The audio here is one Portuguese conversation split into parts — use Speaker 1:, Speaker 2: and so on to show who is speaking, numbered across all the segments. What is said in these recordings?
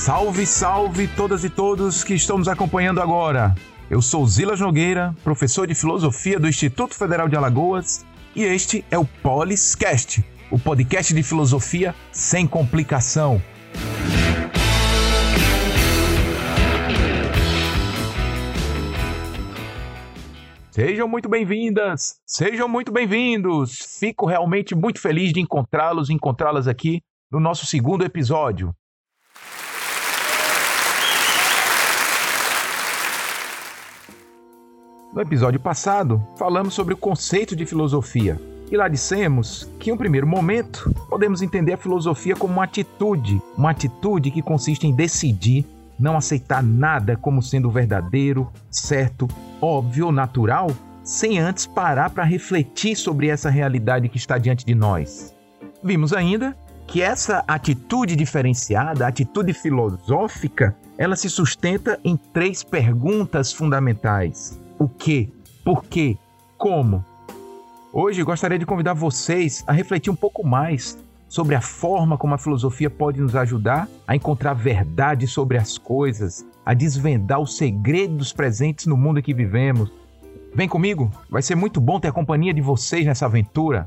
Speaker 1: Salve, salve todas e todos que estão nos acompanhando agora. Eu sou Zilas Nogueira, professor de Filosofia do Instituto Federal de Alagoas, e este é o Poliscast, o podcast de filosofia sem complicação. Sejam muito bem-vindas, sejam muito bem-vindos. Fico realmente muito feliz de encontrá-los e encontrá-las aqui no nosso segundo episódio. No episódio passado, falamos sobre o conceito de filosofia. E lá dissemos que, em um primeiro momento, podemos entender a filosofia como uma atitude que consiste em decidir não aceitar nada como sendo verdadeiro, certo, óbvio ou natural, sem antes parar para refletir sobre essa realidade que está diante de nós. Vimos ainda que essa atitude diferenciada, a atitude filosófica, ela se sustenta em 3 perguntas fundamentais. O que? Por quê? Como? Hoje gostaria de convidar vocês a refletir um pouco mais sobre a forma como a filosofia pode nos ajudar a encontrar verdade sobre as coisas, a desvendar os segredos presentes no mundo em que vivemos. Vem comigo, vai ser muito bom ter a companhia de vocês nessa aventura.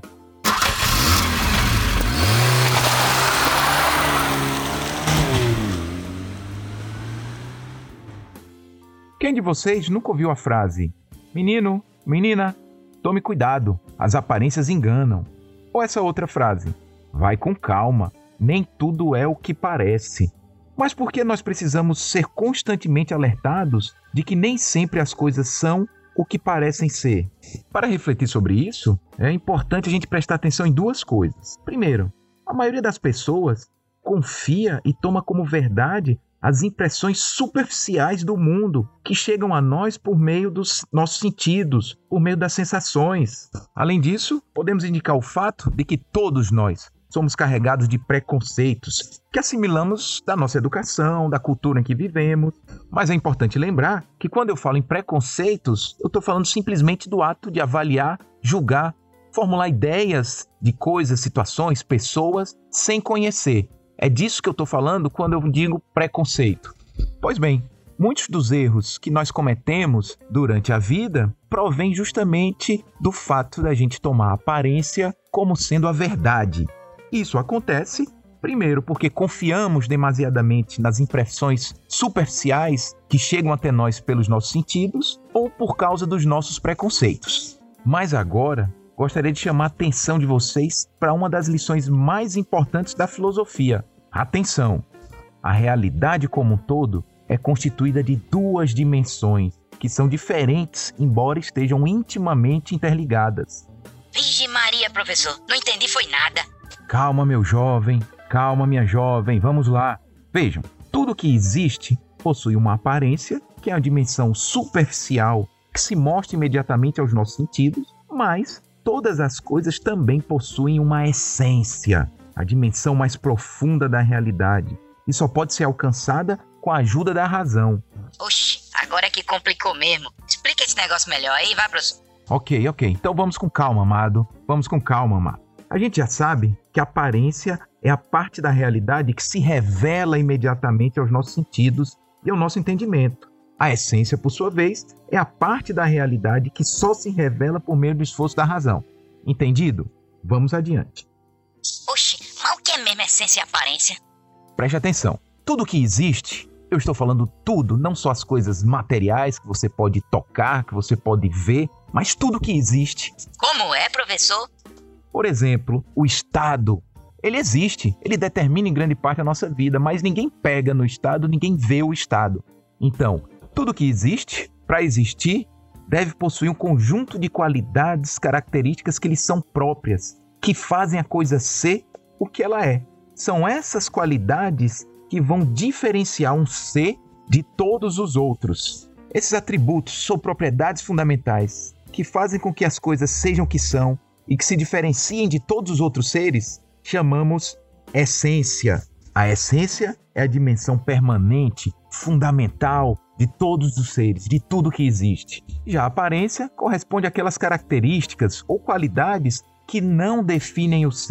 Speaker 1: Quem de vocês nunca ouviu a frase: menino, menina, tome cuidado, as aparências enganam? Ou essa outra frase: vai com calma, nem tudo é o que parece. Mas por que nós precisamos ser constantemente alertados de que nem sempre as coisas são o que parecem ser? Para refletir sobre isso, é importante a gente prestar atenção em 2 coisas. Primeiro, a maioria das pessoas confia e toma como verdade as impressões superficiais do mundo que chegam a nós por meio dos nossos sentidos, por meio das sensações. Além disso, podemos indicar o fato de que todos nós somos carregados de preconceitos que assimilamos da nossa educação, da cultura em que vivemos. Mas é importante lembrar que quando eu falo em preconceitos, eu estou falando simplesmente do ato de avaliar, julgar, formular ideias de coisas, situações, pessoas, sem conhecer. É disso que eu estou falando quando eu digo preconceito. Pois bem, muitos dos erros que nós cometemos durante a vida provêm justamente do fato da gente tomar a aparência como sendo a verdade. Isso acontece, primeiro, porque confiamos demasiadamente nas impressões superficiais que chegam até nós pelos nossos sentidos ou por causa dos nossos preconceitos. Mas agora, gostaria de chamar a atenção de vocês para uma das lições mais importantes da filosofia. Atenção! A realidade como um todo é constituída de 2 dimensões, que são diferentes, embora estejam intimamente interligadas.
Speaker 2: Vixe Maria, professor, não entendi foi nada.
Speaker 1: Calma, meu jovem, calma, minha jovem, vamos lá. Vejam, tudo que existe possui uma aparência, que é a dimensão superficial, que se mostra imediatamente aos nossos sentidos, mas todas as coisas também possuem uma essência, a dimensão mais profunda da realidade, e só pode ser alcançada com a ajuda da razão.
Speaker 2: Oxi, agora que complicou mesmo. Explica esse negócio melhor aí, vai, professor.
Speaker 1: Ok, então vamos com calma, amado. Vamos com calma, amado. A gente já sabe que a aparência é a parte da realidade que se revela imediatamente aos nossos sentidos e ao nosso entendimento. A essência, por sua vez, é a parte da realidade que só se revela por meio do esforço da razão. Entendido? Vamos adiante.
Speaker 2: Oxi, mas o que é mesmo essência e aparência?
Speaker 1: Preste atenção. Tudo que existe, eu estou falando tudo, não só as coisas materiais que você pode tocar, que você pode ver, mas tudo que existe.
Speaker 2: Como é, professor?
Speaker 1: Por exemplo, o Estado. Ele existe, ele determina em grande parte a nossa vida, mas ninguém pega no Estado, ninguém vê o Estado. Então, tudo que existe, para existir, deve possuir um conjunto de qualidades, características que lhe são próprias, que fazem a coisa ser o que ela é. São essas qualidades que vão diferenciar um ser de todos os outros. Esses atributos são propriedades fundamentais que fazem com que as coisas sejam o que são e que se diferenciem de todos os outros seres, chamamos essência. A essência é a dimensão permanente, fundamental de todos os seres, de tudo que existe. Já a aparência corresponde àquelas características ou qualidades que não definem o ser,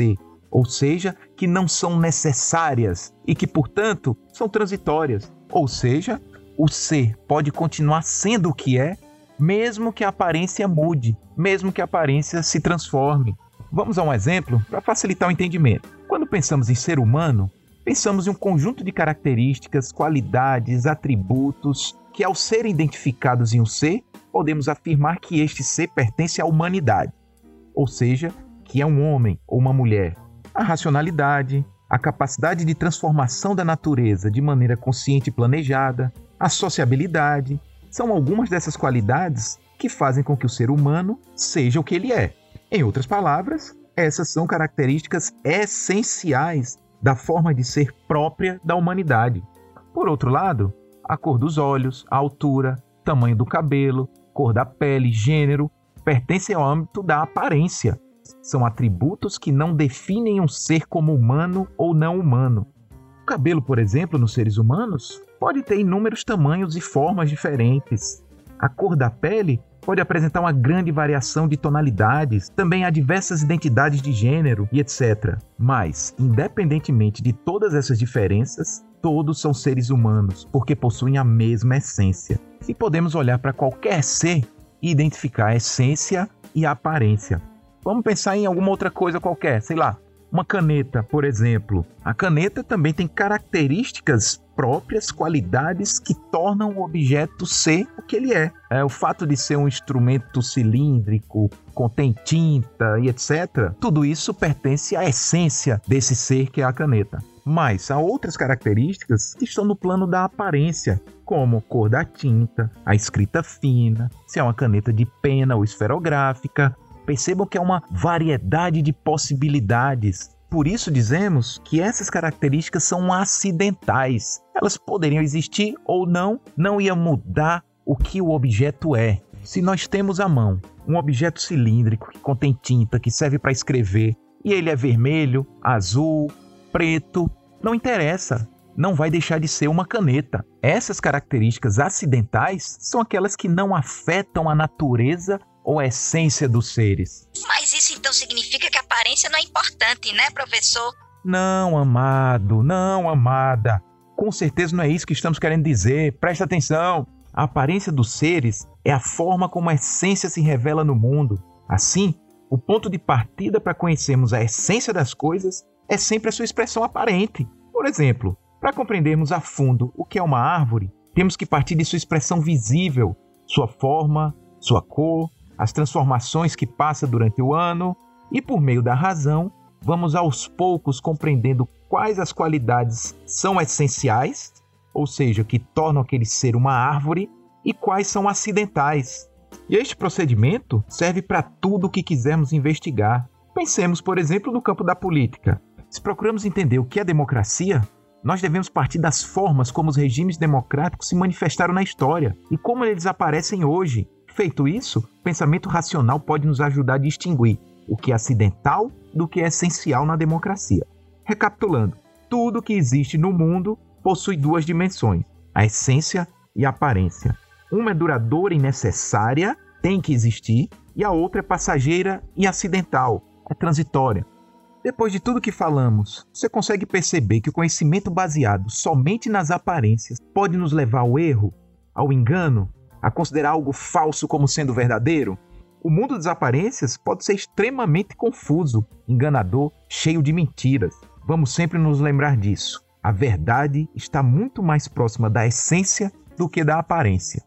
Speaker 1: ou seja, que não são necessárias e que, portanto, são transitórias. Ou seja, o ser pode continuar sendo o que é, mesmo que a aparência mude, mesmo que a aparência se transforme. Vamos a um exemplo para facilitar o entendimento. Quando pensamos em ser humano, pensamos em um conjunto de características, qualidades, atributos que, ao serem identificados em um ser, podemos afirmar que este ser pertence à humanidade, ou seja, que é um homem ou uma mulher. A racionalidade, a capacidade de transformação da natureza de maneira consciente e planejada, a sociabilidade, são algumas dessas qualidades que fazem com que o ser humano seja o que ele é. Em outras palavras, essas são características essenciais da forma de ser própria da humanidade. Por outro lado, a cor dos olhos, a altura, tamanho do cabelo, cor da pele, gênero, pertencem ao âmbito da aparência. São atributos que não definem um ser como humano ou não humano. O cabelo, por exemplo, nos seres humanos, pode ter inúmeros tamanhos e formas diferentes. A cor da pele pode apresentar uma grande variação de tonalidades, também há diversas identidades de gênero e etc. Mas, independentemente de todas essas diferenças, todos são seres humanos, porque possuem a mesma essência. E podemos olhar para qualquer ser e identificar a essência e a aparência. Vamos pensar em alguma outra coisa qualquer, sei lá, uma caneta, por exemplo. A caneta também tem características próprias, qualidades que tornam o objeto ser o que ele é. O fato de ser um instrumento cilíndrico, contém tinta e etc. Tudo isso pertence à essência desse ser que é a caneta. Mas há outras características que estão no plano da aparência, como a cor da tinta, a escrita fina, se é uma caneta de pena ou esferográfica. Percebam que é uma variedade de possibilidades. Por isso dizemos que essas características são acidentais. Elas poderiam existir ou não ia mudar o que o objeto é. Se nós temos à mão um objeto cilíndrico que contém tinta, que serve para escrever, e ele é vermelho, azul, preto, não interessa, não vai deixar de ser uma caneta. Essas características acidentais são aquelas que não afetam a natureza ou a essência dos seres.
Speaker 2: Mas isso então significa que a aparência não é importante, né, professor?
Speaker 1: Não, amado, não, amada. Com certeza não é isso que estamos querendo dizer. Presta atenção. A aparência dos seres é a forma como a essência se revela no mundo. Assim, o ponto de partida para conhecermos a essência das coisas é sempre a sua expressão aparente. Por exemplo, para compreendermos a fundo o que é uma árvore, temos que partir de sua expressão visível, sua forma, sua cor, as transformações que passa durante o ano, e por meio da razão, vamos aos poucos compreendendo quais as qualidades são essenciais, ou seja, que tornam aquele ser uma árvore, e quais são acidentais. E este procedimento serve para tudo o que quisermos investigar. Pensemos, por exemplo, no campo da política. Se procuramos entender o que é democracia, nós devemos partir das formas como os regimes democráticos se manifestaram na história e como eles aparecem hoje. Feito isso, o pensamento racional pode nos ajudar a distinguir o que é acidental do que é essencial na democracia. Recapitulando, tudo que existe no mundo possui duas dimensões, a essência e a aparência. Uma é duradoura e necessária, tem que existir, e a outra é passageira e acidental, é transitória. Depois de tudo que falamos, você consegue perceber que o conhecimento baseado somente nas aparências pode nos levar ao erro, ao engano, a considerar algo falso como sendo verdadeiro? O mundo das aparências pode ser extremamente confuso, enganador, cheio de mentiras. Vamos sempre nos lembrar disso. A verdade está muito mais próxima da essência do que da aparência.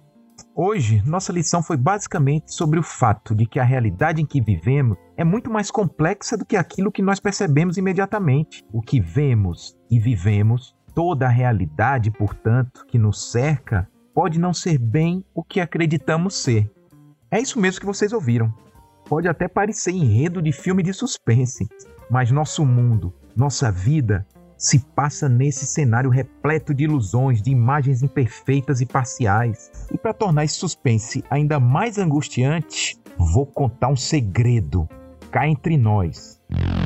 Speaker 1: Hoje, nossa lição foi basicamente sobre o fato de que a realidade em que vivemos é muito mais complexa do que aquilo que nós percebemos imediatamente. O que vemos e vivemos, toda a realidade, portanto, que nos cerca, pode não ser bem o que acreditamos ser. É isso mesmo que vocês ouviram. Pode até parecer enredo de filme de suspense, mas nosso mundo, nossa vida, se passa nesse cenário repleto de ilusões, de imagens imperfeitas e parciais. E para tornar esse suspense ainda mais angustiante, vou contar um segredo, cá entre nós.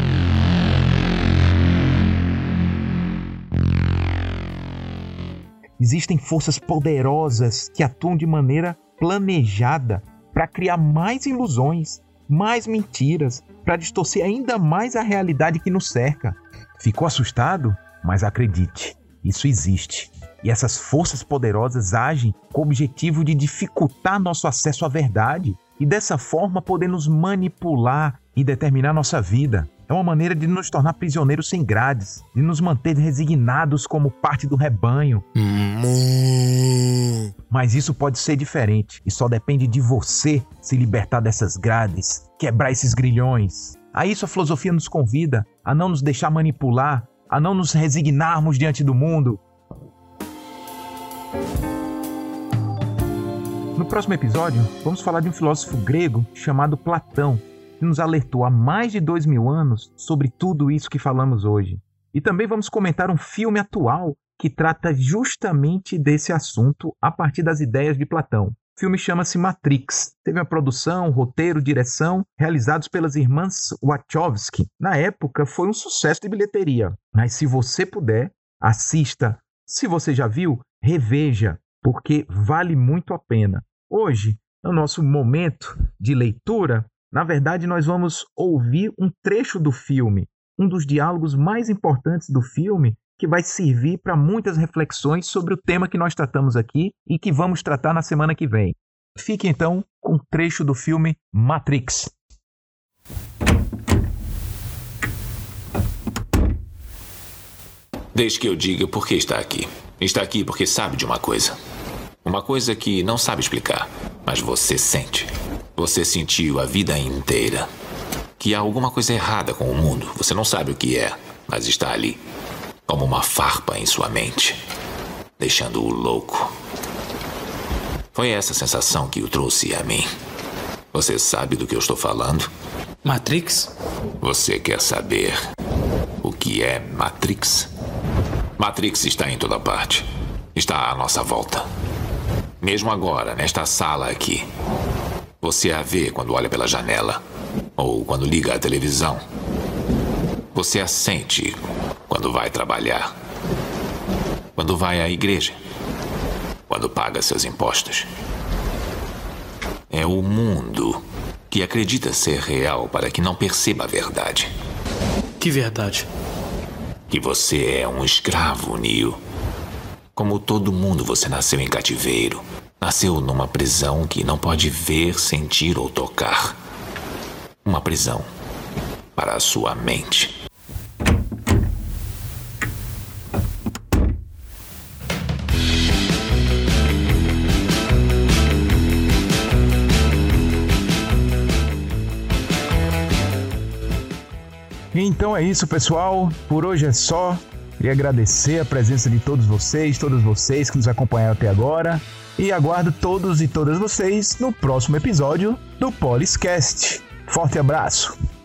Speaker 1: Existem forças poderosas que atuam de maneira planejada para criar mais ilusões, mais mentiras para distorcer ainda mais a realidade que nos cerca. Ficou assustado? Mas acredite, isso existe. E essas forças poderosas agem com o objetivo de dificultar nosso acesso à verdade e dessa forma poder nos manipular e determinar nossa vida. É uma maneira de nos tornar prisioneiros sem grades, de nos manter resignados como parte do rebanho. Mas isso pode ser diferente e só depende de você se libertar dessas grades, quebrar esses grilhões. A isso a filosofia nos convida, a não nos deixar manipular, a não nos resignarmos diante do mundo. No próximo episódio, vamos falar de um filósofo grego chamado Platão, que nos alertou há mais de 2000 anos sobre tudo isso que falamos hoje. E também vamos comentar um filme atual que trata justamente desse assunto a partir das ideias de Platão. O filme chama-se Matrix. Teve a produção, roteiro, direção, realizados pelas irmãs Wachowski. Na época, foi um sucesso de bilheteria. Mas se você puder, assista. Se você já viu, reveja, porque vale muito a pena. Hoje, no nosso momento de leitura, na verdade, nós vamos ouvir um trecho do filme, um dos diálogos mais importantes do filme, que vai servir para muitas reflexões sobre o tema que nós tratamos aqui e que vamos tratar na semana que vem. Fique então com um trecho do filme Matrix.
Speaker 3: Deixe que eu diga por que está aqui. Está aqui porque sabe de uma coisa. Uma coisa que não sabe explicar, mas você sente. Você sentiu a vida inteira que há alguma coisa errada com o mundo. Você não sabe o que é, mas está ali, como uma farpa em sua mente, deixando-o louco. Foi essa sensação que o trouxe a mim. Você sabe do que eu estou falando?
Speaker 4: Matrix?
Speaker 3: Você quer saber o que é Matrix? Matrix está em toda parte. Está à nossa volta. Mesmo agora, nesta sala aqui. Você a vê quando olha pela janela ou quando liga a televisão. Você a sente quando vai trabalhar, quando vai à igreja, quando paga seus impostos. É o mundo que acredita ser real para que não perceba a verdade.
Speaker 4: Que verdade?
Speaker 3: Que você é um escravo, Neo. Como todo mundo, você nasceu em cativeiro. Nasceu numa prisão que não pode ver, sentir ou tocar. Uma prisão para a sua mente.
Speaker 1: Então é isso, pessoal. Por hoje é só. Queria agradecer a presença de todas vocês que nos acompanharam até agora. E aguardo todos e todas vocês no próximo episódio do Poliscast. Forte abraço!